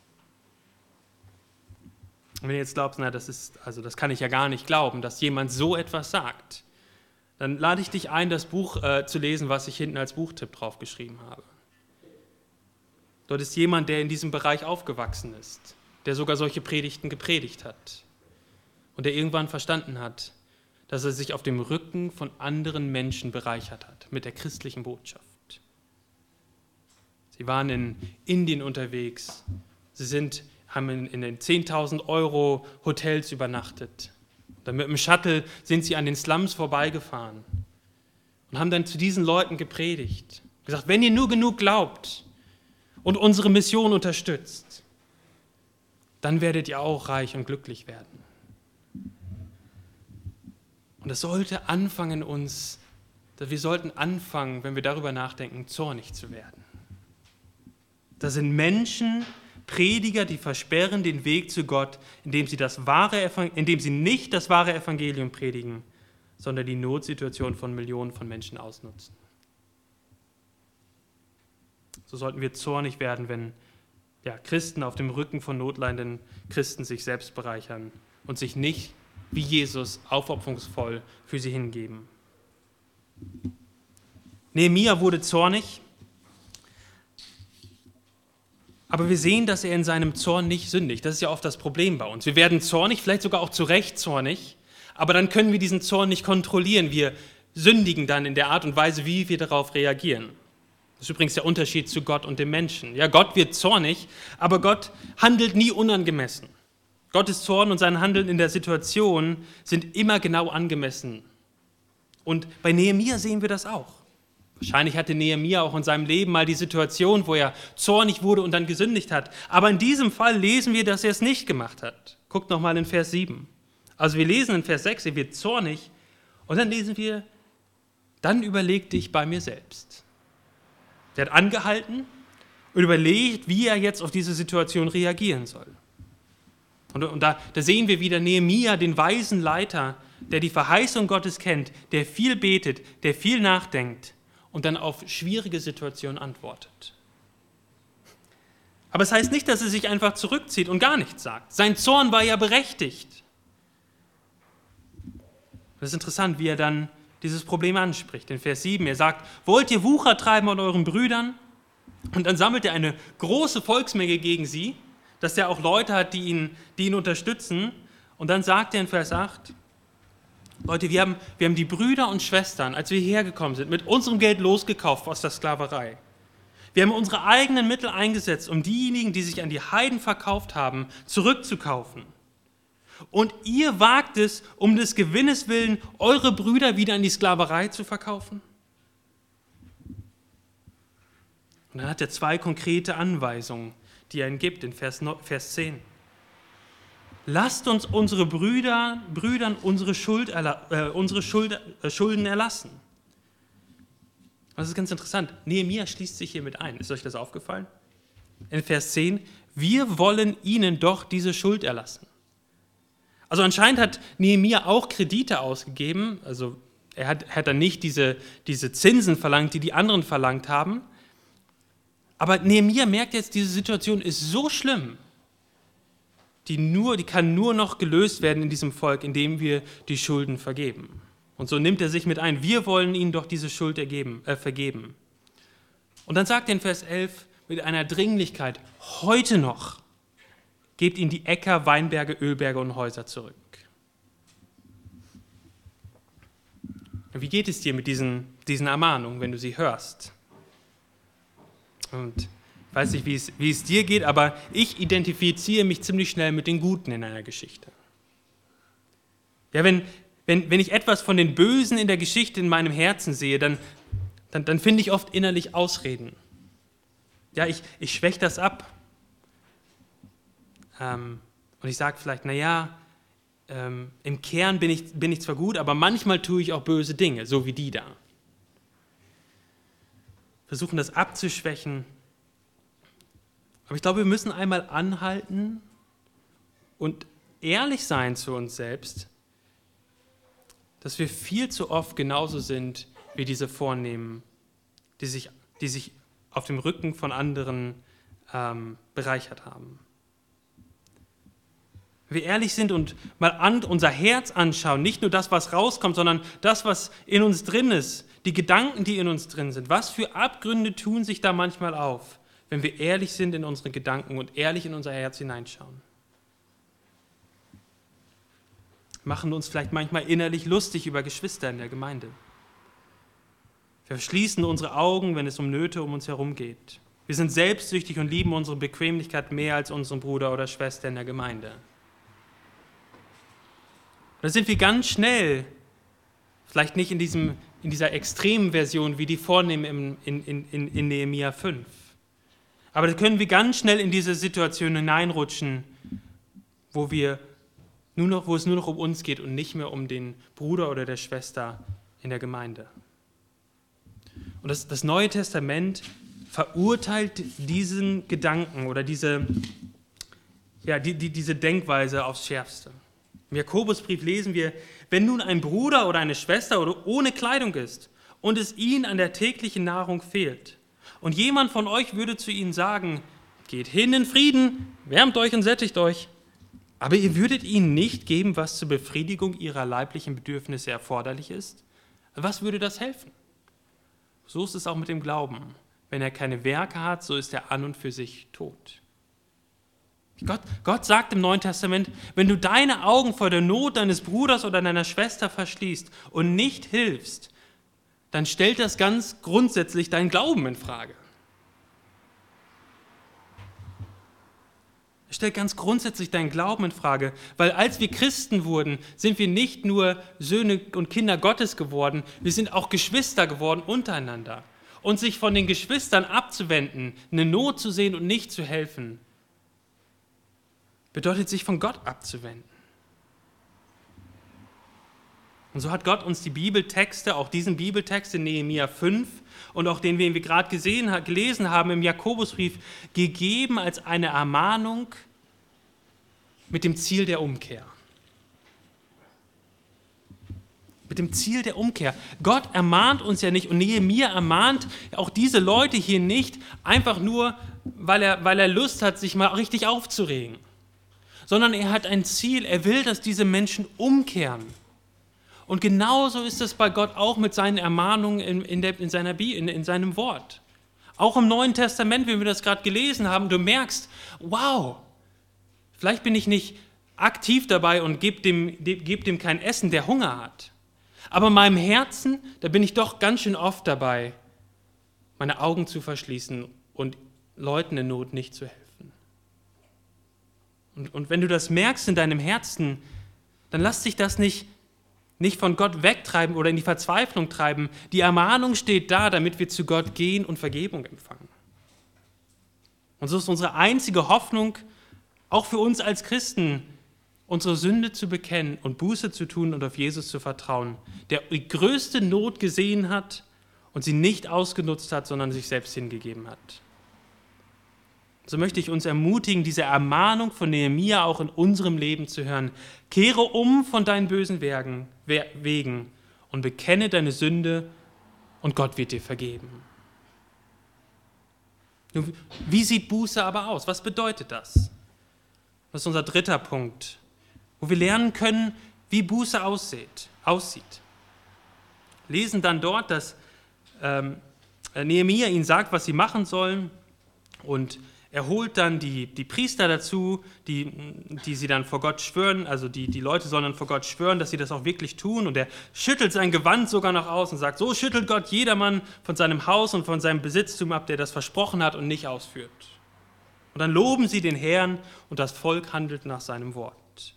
Und wenn ihr jetzt glaubt, das kann ich ja gar nicht glauben, dass jemand so etwas sagt, dann lade ich dich ein, das Buch zu lesen, was ich hinten als Buchtipp draufgeschrieben habe. Dort ist jemand, der in diesem Bereich aufgewachsen ist, der sogar solche Predigten gepredigt hat und der irgendwann verstanden hat, dass er sich auf dem Rücken von anderen Menschen bereichert hat mit der christlichen Botschaft. Sie waren in Indien unterwegs, haben in den 10.000 Euro Hotels übernachtet. Dann mit dem Shuttle sind sie an den Slums vorbeigefahren und haben dann zu diesen Leuten gepredigt. Gesagt, wenn ihr nur genug glaubt und unsere Mission unterstützt, dann werdet ihr auch reich und glücklich werden. Und das sollte anfangen wir sollten anfangen, wenn wir darüber nachdenken, zornig zu werden. Da sind Menschen, Prediger, die versperren den Weg zu Gott, indem sie nicht das wahre Evangelium predigen, sondern die Notsituation von Millionen von Menschen ausnutzen. So sollten wir zornig werden, wenn Christen auf dem Rücken von notleidenden Christen sich selbst bereichern und sich nicht wie Jesus aufopferungsvoll für sie hingeben. Nehemia wurde zornig, aber wir sehen, dass er in seinem Zorn nicht sündigt. Das ist ja oft das Problem bei uns. Wir werden zornig, vielleicht sogar auch zu Recht zornig, aber dann können wir diesen Zorn nicht kontrollieren. Wir sündigen dann in der Art und Weise, wie wir darauf reagieren. Das ist übrigens der Unterschied zu Gott und dem Menschen. Ja, Gott wird zornig, aber Gott handelt nie unangemessen. Gottes Zorn und sein Handeln in der Situation sind immer genau angemessen. Und bei Nehemia sehen wir das auch. Wahrscheinlich hatte Nehemia auch in seinem Leben mal die Situation, wo er zornig wurde und dann gesündigt hat. Aber in diesem Fall lesen wir, dass er es nicht gemacht hat. Guckt nochmal in Vers 7. Also wir lesen in Vers 6, er wird zornig. Und dann lesen wir, dann überlegte ich bei mir selbst. Er hat angehalten und überlegt, wie er jetzt auf diese Situation reagieren soll. Und da sehen wir wieder Nehemia, den weisen Leiter, der die Verheißung Gottes kennt, der viel betet, der viel nachdenkt und dann auf schwierige Situationen antwortet. Aber es heißt nicht, dass er sich einfach zurückzieht und gar nichts sagt. Sein Zorn war ja berechtigt. Das ist interessant, wie er dann dieses Problem anspricht. In Vers 7, er sagt, wollt ihr Wucher treiben an euren Brüdern? Und dann sammelt er eine große Volksmenge gegen sie, dass er auch Leute hat, die ihn unterstützen. Und dann sagt er in Vers 8, Leute, wir haben die Brüder und Schwestern, als wir hierher gekommen sind, mit unserem Geld losgekauft aus der Sklaverei. Wir haben unsere eigenen Mittel eingesetzt, um diejenigen, die sich an die Heiden verkauft haben, zurückzukaufen. Und ihr wagt es, um des Gewinnes willen, eure Brüder wieder in die Sklaverei zu verkaufen? Und dann hat er 2 konkrete Anweisungen, die er ihnen gibt in Vers 10. Lasst uns unsere Brüdern unsere Schulden erlassen. Das ist ganz interessant. Nehemia schließt sich hier mit ein. Ist euch das aufgefallen? In Vers 10, wir wollen ihnen doch diese Schuld erlassen. Also anscheinend hat Nehemia auch Kredite ausgegeben. Also er hat dann nicht diese Zinsen verlangt, die die anderen verlangt haben. Aber Nehemia merkt jetzt, diese Situation ist so schlimm, die kann nur noch gelöst werden in diesem Volk, indem wir die Schulden vergeben. Und so nimmt er sich mit ein, wir wollen ihnen doch diese Schuld vergeben. Und dann sagt er in Vers 11 mit einer Dringlichkeit, heute noch, gebt ihnen die Äcker, Weinberge, Ölberge und Häuser zurück. Wie geht es dir mit diesen Ermahnungen, wenn du sie hörst? Und ich weiß nicht, wie es dir geht, aber ich identifiziere mich ziemlich schnell mit den Guten in einer Geschichte. Ja, wenn ich etwas von den Bösen in der Geschichte in meinem Herzen sehe, dann finde ich oft innerlich Ausreden. Ja, ich schwäche das ab. Und ich sage vielleicht, im Kern bin ich zwar gut, aber manchmal tue ich auch böse Dinge, so wie die da. Versuchen das abzuschwächen. Aber ich glaube, wir müssen einmal anhalten und ehrlich sein zu uns selbst, dass wir viel zu oft genauso sind wie diese Vornehmen, die sich auf dem Rücken von anderen bereichert haben. Wenn wir ehrlich sind und mal unser Herz anschauen, nicht nur das, was rauskommt, sondern das, was in uns drin ist, die Gedanken, die in uns drin sind, was für Abgründe tun sich da manchmal auf, wenn wir ehrlich sind in unsere Gedanken und ehrlich in unser Herz hineinschauen. Machen uns vielleicht manchmal innerlich lustig über Geschwister in der Gemeinde. Wir verschließen unsere Augen, wenn es um Nöte um uns herum geht. Wir sind selbstsüchtig und lieben unsere Bequemlichkeit mehr als unseren Bruder oder Schwester in der Gemeinde. Da sind wir ganz schnell, vielleicht nicht in dieser extremen Version wie die Vornehmen in Nehemia 5. Aber da können wir ganz schnell in diese Situation hineinrutschen, wo es nur noch um uns geht und nicht mehr um den Bruder oder der Schwester in der Gemeinde. Und das Neue Testament verurteilt diesen Gedanken oder diese Denkweise aufs Schärfste. Im Jakobusbrief lesen wir, wenn nun ein Bruder oder eine Schwester oder ohne Kleidung ist und es ihnen an der täglichen Nahrung fehlt und jemand von euch würde zu ihnen sagen, geht hin in Frieden, wärmt euch und sättigt euch, aber ihr würdet ihnen nicht geben, was zur Befriedigung ihrer leiblichen Bedürfnisse erforderlich ist, was würde das helfen? So ist es auch mit dem Glauben. Wenn er keine Werke hat, so ist er an und für sich tot. Gott sagt im Neuen Testament, wenn du deine Augen vor der Not deines Bruders oder deiner Schwester verschließt und nicht hilfst, dann stellt das ganz grundsätzlich deinen Glauben in Frage. Es stellt ganz grundsätzlich deinen Glauben in Frage, weil als wir Christen wurden, sind wir nicht nur Söhne und Kinder Gottes geworden, wir sind auch Geschwister geworden untereinander. Und sich von den Geschwistern abzuwenden, eine Not zu sehen und nicht zu helfen, bedeutet sich von Gott abzuwenden. Und so hat Gott uns die Bibeltexte, auch diesen Bibeltext in Nehemia 5 und auch den, den wir gerade gelesen haben im Jakobusbrief, gegeben als eine Ermahnung mit dem Ziel der Umkehr. Mit dem Ziel der Umkehr. Gott ermahnt uns ja nicht und Nehemia ermahnt auch diese Leute hier nicht einfach nur, weil er Lust hat, sich mal richtig aufzuregen, sondern er hat ein Ziel, er will, dass diese Menschen umkehren. Und genauso ist es bei Gott auch mit seinen Ermahnungen in seinem Wort. Auch im Neuen Testament, wie wir das gerade gelesen haben, du merkst, wow, vielleicht bin ich nicht aktiv dabei und gebe dem kein Essen, der Hunger hat. Aber in meinem Herzen, da bin ich doch ganz schön oft dabei, meine Augen zu verschließen und Leuten in Not nicht zu helfen. Und wenn du das merkst in deinem Herzen, dann lass dich das nicht von Gott wegtreiben oder in die Verzweiflung treiben. Die Ermahnung steht da, damit wir zu Gott gehen und Vergebung empfangen. Und so ist unsere einzige Hoffnung, auch für uns als Christen, unsere Sünde zu bekennen und Buße zu tun und auf Jesus zu vertrauen, der die größte Not gesehen hat und sie nicht ausgenutzt hat, sondern sich selbst hingegeben hat. So möchte ich uns ermutigen, diese Ermahnung von Nehemia auch in unserem Leben zu hören. Kehre um von deinen bösen Wegen und bekenne deine Sünde und Gott wird dir vergeben. Nun, wie sieht Buße aber aus? Was bedeutet das? Das ist unser dritter Punkt, wo wir lernen können, wie Buße aussieht. Lesen dann dort, dass Nehemia ihnen sagt, was sie machen sollen, und er holt dann die Priester dazu, die sie dann vor Gott schwören, also die Leute sollen dann vor Gott schwören, dass sie das auch wirklich tun, und er schüttelt sein Gewand sogar noch aus und sagt, so schüttelt Gott jedermann von seinem Haus und von seinem Besitztum ab, der das versprochen hat und nicht ausführt. Und dann loben sie den Herrn und das Volk handelt nach seinem Wort.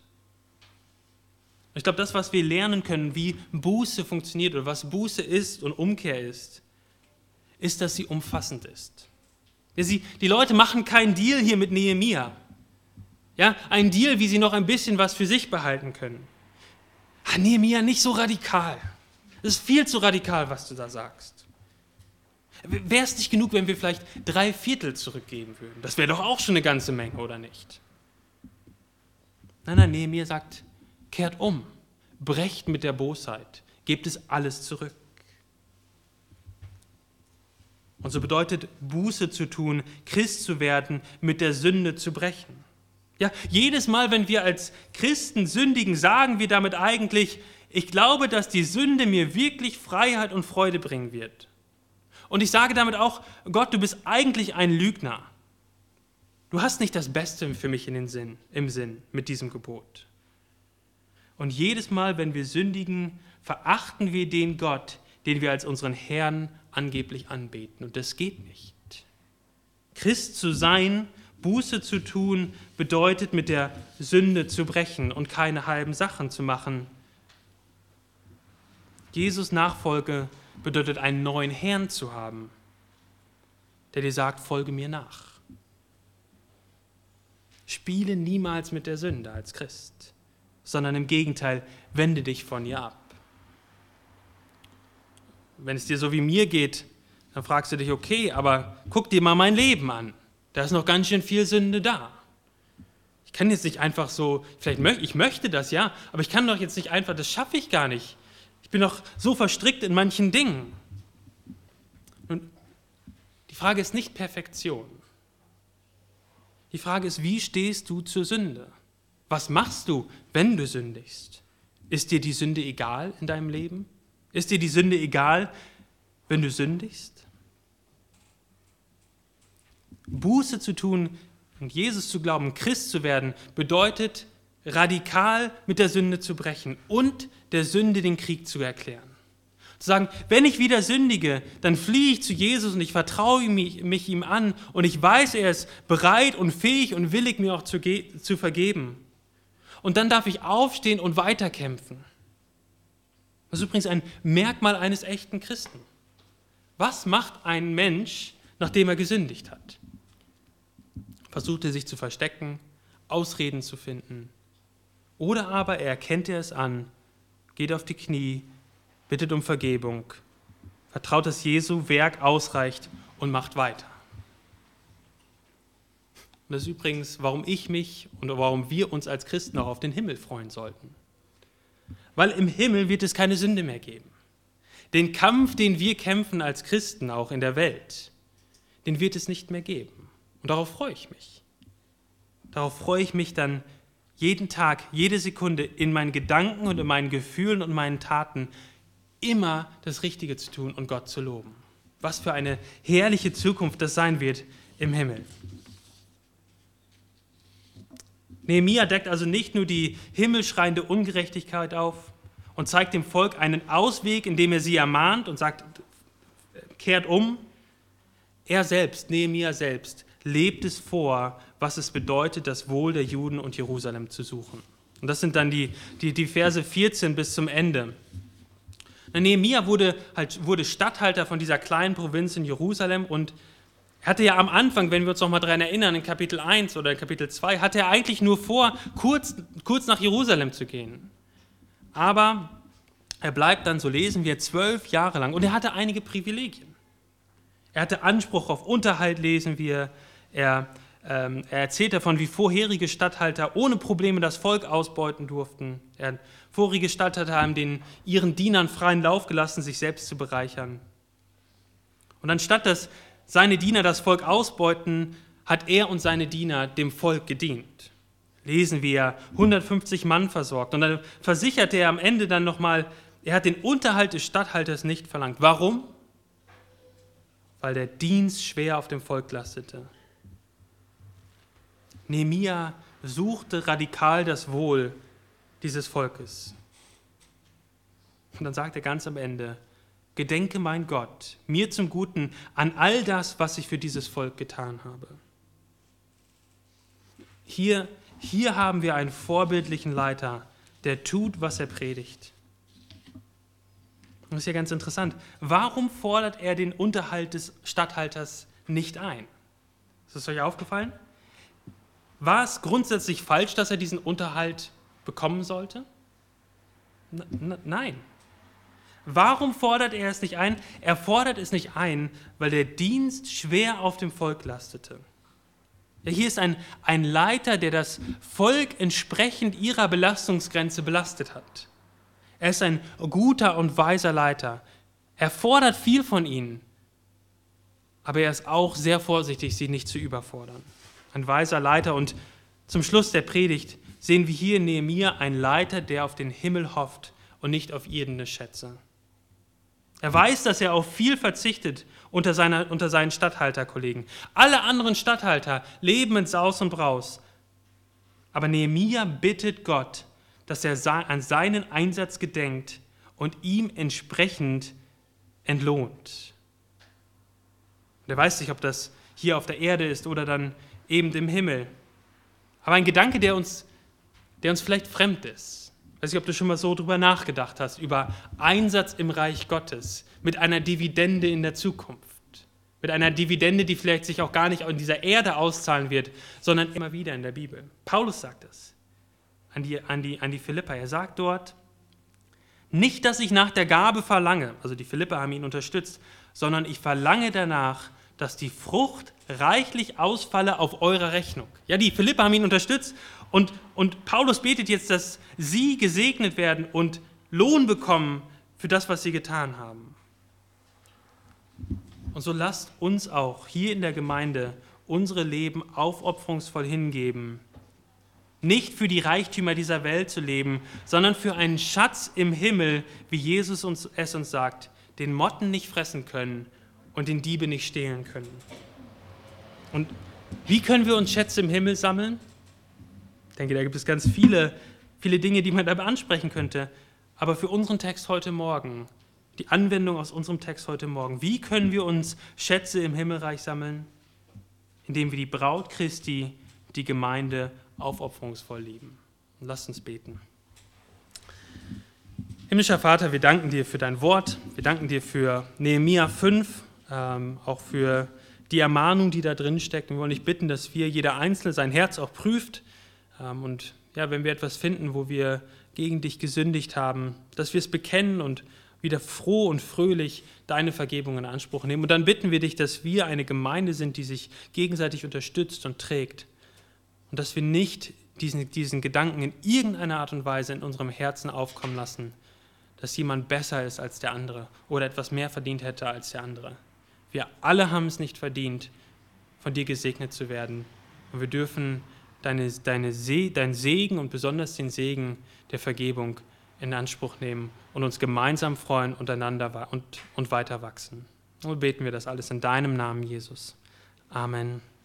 Ich glaube, das, was wir lernen können, wie Buße funktioniert oder was Buße ist und Umkehr ist, dass sie umfassend ist. Die Leute machen keinen Deal hier mit Nehemia. Ja, ein Deal, wie sie noch ein bisschen was für sich behalten können. Nehemia, nicht so radikal. Das ist viel zu radikal, was du da sagst. Wäre es nicht genug, wenn wir vielleicht 3/4 zurückgeben würden? Das wäre doch auch schon eine ganze Menge, oder nicht? Nein, Nehemia sagt, kehrt um, brecht mit der Bosheit, gebt es alles zurück. Und so bedeutet Buße zu tun, Christ zu werden, mit der Sünde zu brechen. Ja, jedes Mal, wenn wir als Christen sündigen, sagen wir damit eigentlich, ich glaube, dass die Sünde mir wirklich Freiheit und Freude bringen wird. Und ich sage damit auch, Gott, du bist eigentlich ein Lügner. Du hast nicht das Beste für mich im Sinn mit diesem Gebot. Und jedes Mal, wenn wir sündigen, verachten wir den Gott, den wir als unseren Herrn angeblich anbeten. Und das geht nicht. Christ zu sein, Buße zu tun, bedeutet, mit der Sünde zu brechen und keine halben Sachen zu machen. Jesus Nachfolge bedeutet, einen neuen Herrn zu haben, der dir sagt, folge mir nach. Spiele niemals mit der Sünde als Christ, sondern im Gegenteil, wende dich von ihr ab. Wenn es dir so wie mir geht, dann fragst du dich, okay, aber guck dir mal mein Leben an. Da ist noch ganz schön viel Sünde da. Ich kann jetzt nicht einfach so, ich möchte das, ja, aber ich kann doch jetzt nicht einfach, das schaffe ich gar nicht. Ich bin doch so verstrickt in manchen Dingen. Und die Frage ist nicht Perfektion. Die Frage ist, wie stehst du zur Sünde? Was machst du, wenn du sündigst? Ist dir die Sünde egal in deinem Leben? Ist dir die Sünde egal, wenn du sündigst? Buße zu tun und Jesus zu glauben, Christ zu werden, bedeutet, radikal mit der Sünde zu brechen und der Sünde den Krieg zu erklären. Zu sagen, wenn ich wieder sündige, dann fliehe ich zu Jesus und ich vertraue mich ihm an und ich weiß, er ist bereit und fähig und willig, mir auch zu vergeben. Und dann darf ich aufstehen und weiterkämpfen. Das ist übrigens ein Merkmal eines echten Christen. Was macht ein Mensch, nachdem er gesündigt hat? Versucht er sich zu verstecken, Ausreden zu finden? Oder aber er erkennt es an, geht auf die Knie, bittet um Vergebung, vertraut, dass Jesu Werk ausreicht und macht weiter. Und das ist übrigens, warum ich mich und warum wir uns als Christen auch auf den Himmel freuen sollten. Weil im Himmel wird es keine Sünde mehr geben. Den Kampf, den wir kämpfen als Christen auch in der Welt, den wird es nicht mehr geben. Und darauf freue ich mich. Darauf freue ich mich dann jeden Tag, jede Sekunde in meinen Gedanken und in meinen Gefühlen und meinen Taten immer das Richtige zu tun und Gott zu loben. Was für eine herrliche Zukunft das sein wird im Himmel. Nehemia deckt also nicht nur die himmelschreiende Ungerechtigkeit auf und zeigt dem Volk einen Ausweg, indem er sie ermahnt und sagt, kehrt um. Er selbst, Nehemia selbst, lebt es vor, was es bedeutet, das Wohl der Juden und Jerusalem zu suchen. Und das sind dann die Verse 14 bis zum Ende. Nehemia wurde Statthalter von dieser kleinen Provinz in Jerusalem und er hatte ja am Anfang, wenn wir uns noch mal daran erinnern, in Kapitel 1 oder in Kapitel 2, hatte er eigentlich nur vor, kurz nach Jerusalem zu gehen. Aber er bleibt dann, so lesen wir, 12 Jahre lang und er hatte einige Privilegien. Er hatte Anspruch auf Unterhalt, lesen wir. Er erzählt davon, wie vorherige Statthalter ohne Probleme das Volk ausbeuten durften. Vorherige Statthalter haben ihren Dienern freien Lauf gelassen, sich selbst zu bereichern. Und anstatt dass seine Diener das Volk ausbeuten, hat er und seine Diener dem Volk gedient. Lesen wir, 150 Mann versorgt. Und dann versicherte er am Ende dann nochmal, er hat den Unterhalt des Statthalters nicht verlangt. Warum? Weil der Dienst schwer auf dem Volk lastete. Nehemia suchte radikal das Wohl dieses Volkes. Und dann sagt er ganz am Ende, gedenke mein Gott, mir zum Guten an all das, was ich für dieses Volk getan habe. Hier haben wir einen vorbildlichen Leiter, der tut, was er predigt. Das ist ja ganz interessant. Warum fordert er den Unterhalt des Statthalters nicht ein? Ist es euch aufgefallen? War es grundsätzlich falsch, dass er diesen Unterhalt bekommen sollte? Nein. Warum fordert er es nicht ein? Er fordert es nicht ein, weil der Dienst schwer auf dem Volk lastete. Ja, hier ist ein Leiter, der das Volk entsprechend ihrer Belastungsgrenze belastet hat. Er ist ein guter und weiser Leiter. Er fordert viel von ihnen, aber er ist auch sehr vorsichtig, sie nicht zu überfordern. Ein weiser Leiter und zum Schluss der Predigt sehen wir hier in Nehemia einen Leiter, der auf den Himmel hofft und nicht auf irdene Schätze. Er weiß, dass er auf viel verzichtet unter seinen Statthalterkollegen. Alle anderen Statthalter leben in Saus und Braus. Aber Nehemia bittet Gott, dass er an seinen Einsatz gedenkt und ihm entsprechend entlohnt. Und er weiß nicht, ob das hier auf der Erde ist oder dann eben im Himmel. Aber ein Gedanke, der uns vielleicht fremd ist. Ich weiß nicht, ob du schon mal so drüber nachgedacht hast, über Einsatz im Reich Gottes mit einer Dividende in der Zukunft, Mit einer Dividende, die vielleicht sich auch gar nicht in dieser Erde auszahlen wird, sondern immer wieder in der Bibel. Paulus sagt das an die Philipper. Er sagt dort, nicht, dass ich nach der Gabe verlange, also die Philipper haben ihn unterstützt, sondern ich verlange danach, dass die Frucht reichlich ausfalle auf eurer Rechnung. Ja, die Philipper haben ihn unterstützt und Paulus betet jetzt, dass sie gesegnet werden und Lohn bekommen für das, was sie getan haben. Und so lasst uns auch hier in der Gemeinde unsere Leben aufopferungsvoll hingeben. Nicht für die Reichtümer dieser Welt zu leben, sondern für einen Schatz im Himmel, wie Jesus es uns sagt, den Motten nicht fressen können und den Diebe nicht stehlen können. Und wie können wir uns Schätze im Himmel sammeln? Ich denke, da gibt es ganz viele Dinge, die man da ansprechen könnte. Aber für unseren Text heute Morgen, die Anwendung aus unserem Text heute Morgen, wie können wir uns Schätze im Himmelreich sammeln? Indem wir die Braut Christi, die Gemeinde, aufopferungsvoll lieben. Und lasst uns beten. Himmlischer Vater, wir danken dir für dein Wort. Wir danken dir für Nehemia 5, auch für die Ermahnung, die da drin steckt. Wir wollen dich bitten, dass jeder Einzelne sein Herz auch prüft. Und ja, wenn wir etwas finden, wo wir gegen dich gesündigt haben, dass wir es bekennen und wieder froh und fröhlich deine Vergebung in Anspruch nehmen. Und dann bitten wir dich, dass wir eine Gemeinde sind, die sich gegenseitig unterstützt und trägt. Und dass wir nicht diesen Gedanken in irgendeiner Art und Weise in unserem Herzen aufkommen lassen, dass jemand besser ist als der andere oder etwas mehr verdient hätte als der andere. Wir alle haben es nicht verdient, von dir gesegnet zu werden. Und wir dürfen deinen Segen und besonders den Segen der Vergebung in Anspruch nehmen und uns gemeinsam freuen untereinander und weiter wachsen. Und beten wir das alles in deinem Namen, Jesus. Amen.